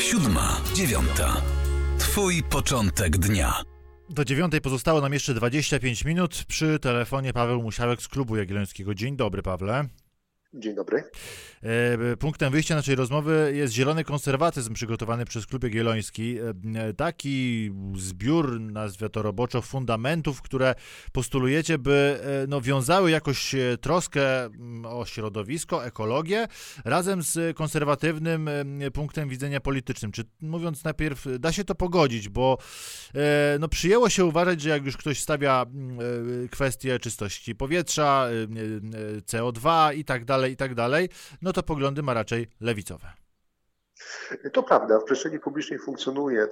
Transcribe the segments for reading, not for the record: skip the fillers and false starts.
7:09. Twój początek dnia. Do 9 pozostało nam jeszcze 25 minut. Przy telefonie Paweł Musiałek z Klubu Jagiellońskiego. Dzień dobry, Pawle. Dzień dobry. Punktem wyjścia naszej rozmowy jest zielony konserwatyzm przygotowany przez Klub Jagielloński. Taki zbiór, nazwę to roboczo, fundamentów, które postulujecie, by wiązały jakoś troskę o środowisko, ekologię, razem z konserwatywnym punktem widzenia politycznym. Czy, mówiąc najpierw, da się to pogodzić, bo przyjęło się uważać, że jak już ktoś stawia kwestie czystości powietrza, CO2 i tak dalej, no to poglądy ma raczej lewicowe. To prawda, w przestrzeni publicznej funkcjonuje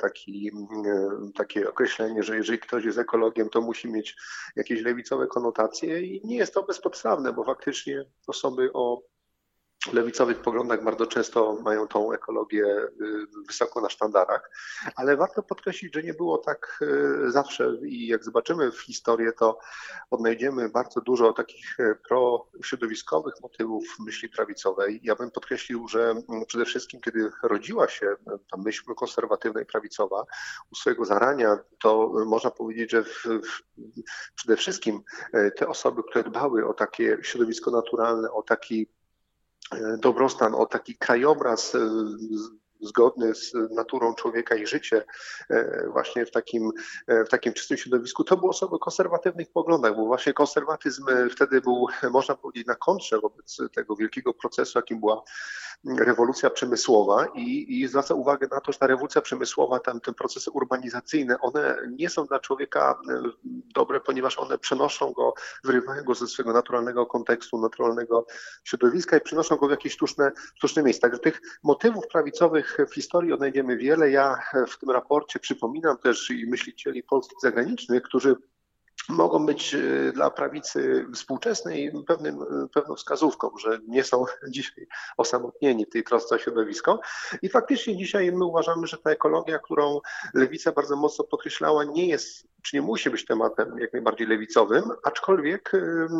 takie określenie, że jeżeli ktoś jest ekologiem, to musi mieć jakieś lewicowe konotacje i nie jest to bezpodstawne, bo faktycznie osoby o lewicowych poglądach bardzo często mają tą ekologię wysoko na sztandarach, ale warto podkreślić, że nie było tak zawsze i jak zobaczymy w historię, to odnajdziemy bardzo dużo takich prośrodowiskowych motywów myśli prawicowej. Ja bym podkreślił, że przede wszystkim kiedy rodziła się ta myśl konserwatywna i prawicowa u swojego zarania, to można powiedzieć, że przede wszystkim te osoby, które dbały o takie środowisko naturalne, o taki dobrostan, o taki krajobraz zgodny z naturą człowieka i życie właśnie w takim czystym środowisku, to były osoby o konserwatywnych poglądach, bo właśnie konserwatyzm wtedy był, można powiedzieć, na kontrze wobec tego wielkiego procesu, jakim była rewolucja przemysłowa i zwraca uwagę na to, że ta rewolucja przemysłowa, te procesy urbanizacyjne, one nie są dla człowieka dobre, ponieważ one przenoszą go, wyrywają go ze swojego naturalnego kontekstu, naturalnego środowiska i przenoszą go w jakieś sztuczne miejsca. Także tych motywów prawicowych w historii odnajdziemy wiele. Ja w tym raporcie przypominam też i myślicieli polskich zagranicznych, którzy mogą być dla prawicy współczesnej pewną wskazówką, że nie są dzisiaj osamotnieni w tej trosce o środowisko. I faktycznie dzisiaj my uważamy, że ta ekologia, którą lewica bardzo mocno podkreślała, nie jest, czy nie musi być tematem jak najbardziej lewicowym, aczkolwiek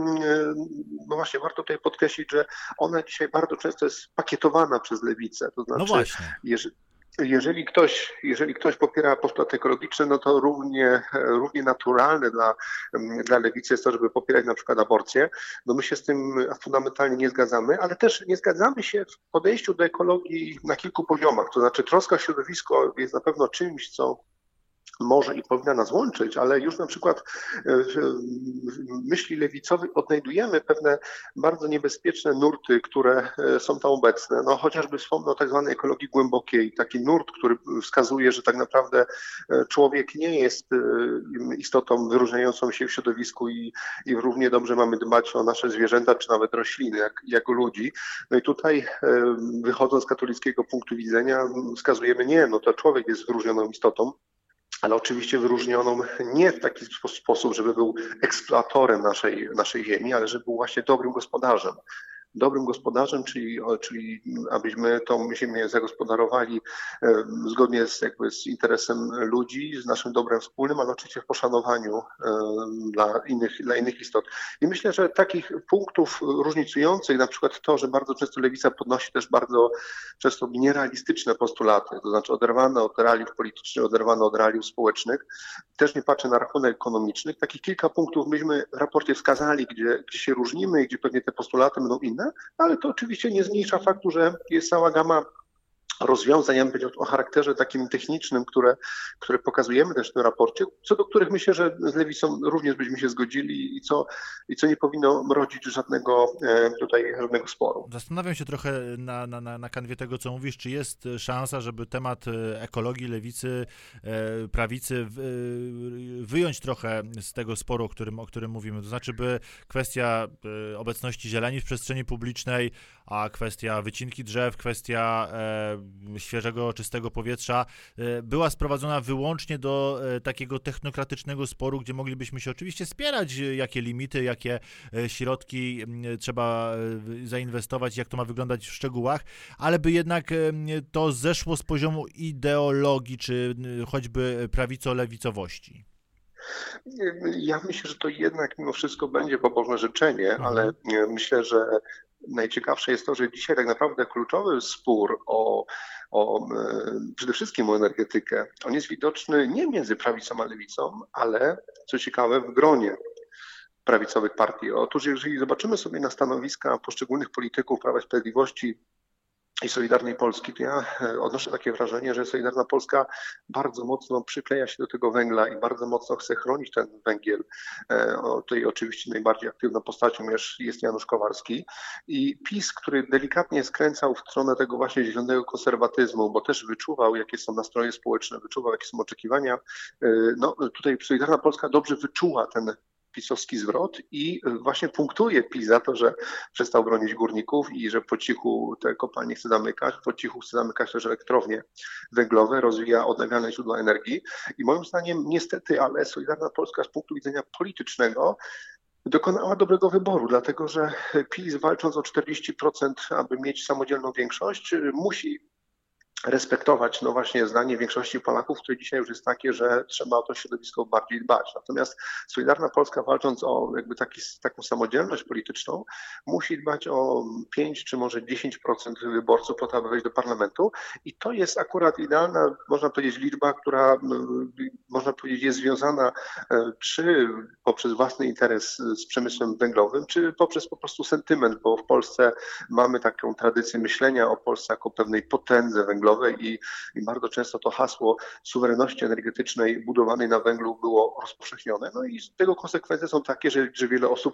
no właśnie warto tutaj podkreślić, że ona dzisiaj bardzo często jest pakietowana przez lewicę. To znaczy, no właśnie. Jeżeli ktoś popiera postulaty ekologiczne, no to równie naturalne dla lewicy jest to, żeby popierać na przykład aborcję. No my się z tym fundamentalnie nie zgadzamy, ale też nie zgadzamy się w podejściu do ekologii na kilku poziomach. To znaczy troska o środowisko jest na pewno czymś, co może i powinna nas łączyć, ale już na przykład w myśli lewicowej odnajdujemy pewne bardzo niebezpieczne nurty, które są tam obecne. No chociażby wspomnę o tak zwanej ekologii głębokiej, taki nurt, który wskazuje, że tak naprawdę człowiek nie jest istotą wyróżniającą się w środowisku i równie dobrze mamy dbać o nasze zwierzęta, czy nawet rośliny, jak ludzi. No i tutaj wychodząc z katolickiego punktu widzenia wskazujemy, no to człowiek jest wyróżnioną istotą, ale oczywiście wyróżnioną nie w taki sposób, żeby był eksploatorem naszej ziemi, ale żeby był właśnie dobrym gospodarzem. Dobrym gospodarzem, czyli abyśmy tą ziemię zagospodarowali zgodnie z interesem ludzi, z naszym dobrem wspólnym, ale oczywiście w poszanowaniu dla innych istot. I myślę, że takich punktów różnicujących, na przykład to, że bardzo często lewica podnosi też bardzo często nierealistyczne postulaty, to znaczy oderwane od realiów politycznych, oderwane od realiów społecznych, też nie patrzę na rachunek ekonomiczny. Takich kilka punktów myśmy w raporcie wskazali, gdzie się różnimy i gdzie pewnie te postulaty będą inne, ale to oczywiście nie zmniejsza faktu, że jest cała gama rozwiązań, ja bym powiedział, o charakterze takim technicznym, które pokazujemy też w tym raporcie, co do których myślę, że z lewicą również byśmy się zgodzili i co nie powinno rodzić żadnego sporu. Zastanawiam się trochę na kanwie tego, co mówisz, czy jest szansa, żeby temat ekologii, lewicy, prawicy wyjąć trochę z tego sporu, o którym mówimy, to znaczy, by kwestia obecności zieleni w przestrzeni publicznej, a kwestia wycinki drzew, kwestia świeżego, czystego powietrza była sprowadzona wyłącznie do takiego technokratycznego sporu, gdzie moglibyśmy się oczywiście spierać, jakie limity, jakie środki trzeba zainwestować, jak to ma wyglądać w szczegółach, ale by jednak to zeszło z poziomu ideologii, czy choćby prawico-lewicowości. Ja myślę, że to jednak mimo wszystko będzie pobożne życzenie, ale myślę, że najciekawsze jest to, że dzisiaj tak naprawdę kluczowy spór o przede wszystkim o energetykę, on jest widoczny nie między prawicą a lewicą, ale co ciekawe w gronie prawicowych partii. Otóż jeżeli zobaczymy sobie na stanowiska poszczególnych polityków Prawa i Sprawiedliwości i Solidarnej Polski, to ja odnoszę takie wrażenie, że Solidarna Polska bardzo mocno przykleja się do tego węgla i bardzo mocno chce chronić ten węgiel. Tutaj oczywiście najbardziej aktywną postacią jest Janusz Kowarski i PiS, który delikatnie skręcał w stronę tego właśnie zielonego konserwatyzmu, bo też wyczuwał, jakie są nastroje społeczne, wyczuwał, jakie są oczekiwania. No, tutaj Solidarna Polska dobrze wyczuła ten pisowski zwrot i właśnie punktuje PiS za to, że przestał bronić górników i że po cichu te kopalnie chce zamykać, po cichu chce zamykać też elektrownie węglowe, rozwija odnawialne źródła energii i moim zdaniem niestety, ale Solidarna Polska z punktu widzenia politycznego dokonała dobrego wyboru, dlatego że PiS walcząc o 40%, aby mieć samodzielną większość, musi respektować no właśnie zdanie większości Polaków, które dzisiaj już jest takie, że trzeba o to środowisko bardziej dbać. Natomiast Solidarna Polska walcząc o jakby taką samodzielność polityczną musi dbać o 5 czy może 10% wyborców po to, aby wejść do parlamentu i to jest akurat idealna, można powiedzieć, liczba, która można powiedzieć jest związana czy poprzez własny interes z przemysłem węglowym, czy poprzez po prostu sentyment, bo w Polsce mamy taką tradycję myślenia o Polsce jako pewnej potędze węglowej, i bardzo często to hasło suwerenności energetycznej budowanej na węglu było rozpowszechnione. No i z tego konsekwencje są takie, że wiele osób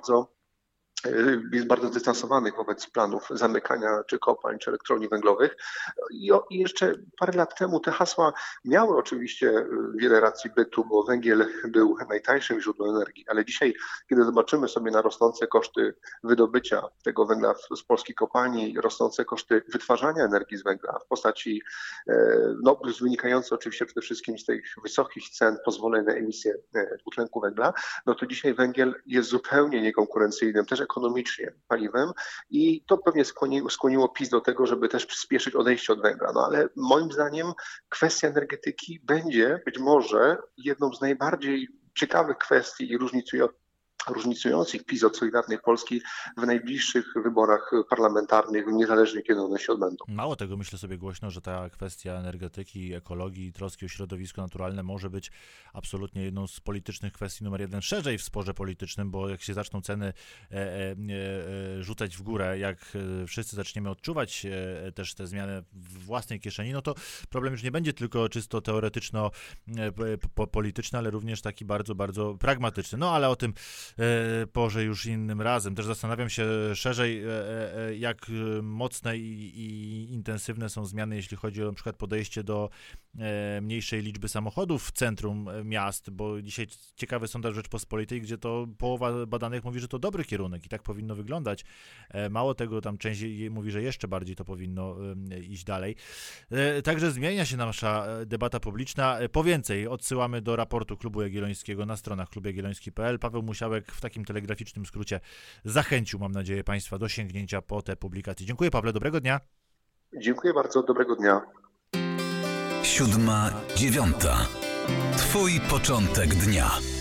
jest bardzo zdystansowanych wobec planów zamykania czy kopalń, czy elektrowni węglowych. I jeszcze parę lat temu te hasła miały oczywiście wiele racji bytu, bo węgiel był najtańszym źródłem energii, ale dzisiaj, kiedy zobaczymy sobie na rosnące koszty wydobycia tego węgla z polskich kopalni, rosnące koszty wytwarzania energii z węgla w postaci wynikające oczywiście przede wszystkim z tych wysokich cen pozwoleń na emisję dwutlenku węgla, no to dzisiaj węgiel jest zupełnie niekonkurencyjnym, też ekonomicznie paliwem i to pewnie skłoniło PiS do tego, żeby też przyspieszyć odejście od węgla. No ale moim zdaniem kwestia energetyki będzie być może jedną z najbardziej ciekawych kwestii i różnicujących PiS od Solidarnej Polski w najbliższych wyborach parlamentarnych, niezależnie kiedy one się odbędą. Mało tego, myślę sobie głośno, że ta kwestia energetyki, ekologii, troski o środowisko naturalne może być absolutnie jedną z politycznych kwestii numer jeden szerzej w sporze politycznym, bo jak się zaczną ceny rzucać w górę, jak wszyscy zaczniemy odczuwać też te zmiany w własnej kieszeni, no to problem już nie będzie tylko czysto teoretyczno-polityczny, ale również taki bardzo, bardzo pragmatyczny. No ale o tym porze już innym razem. Też zastanawiam się szerzej, jak mocne i intensywne są zmiany, jeśli chodzi o na przykład podejście do mniejszej liczby samochodów w centrum miast, bo dzisiaj ciekawy sondaż Rzeczpospolitej, gdzie to połowa badanych mówi, że to dobry kierunek i tak powinno wyglądać. Mało tego, tam część mówi, że jeszcze bardziej to powinno iść dalej. Także zmienia się nasza debata publiczna. Po więcej odsyłamy do raportu Klubu Jagiellońskiego na stronach klubjagielloński.pl. Paweł Musiałek w takim telegraficznym skrócie zachęcił, mam nadzieję, Państwa do sięgnięcia po te publikacje. Dziękuję, Pawle, dobrego dnia. Dziękuję bardzo, dobrego dnia. 7:09. Twój początek dnia.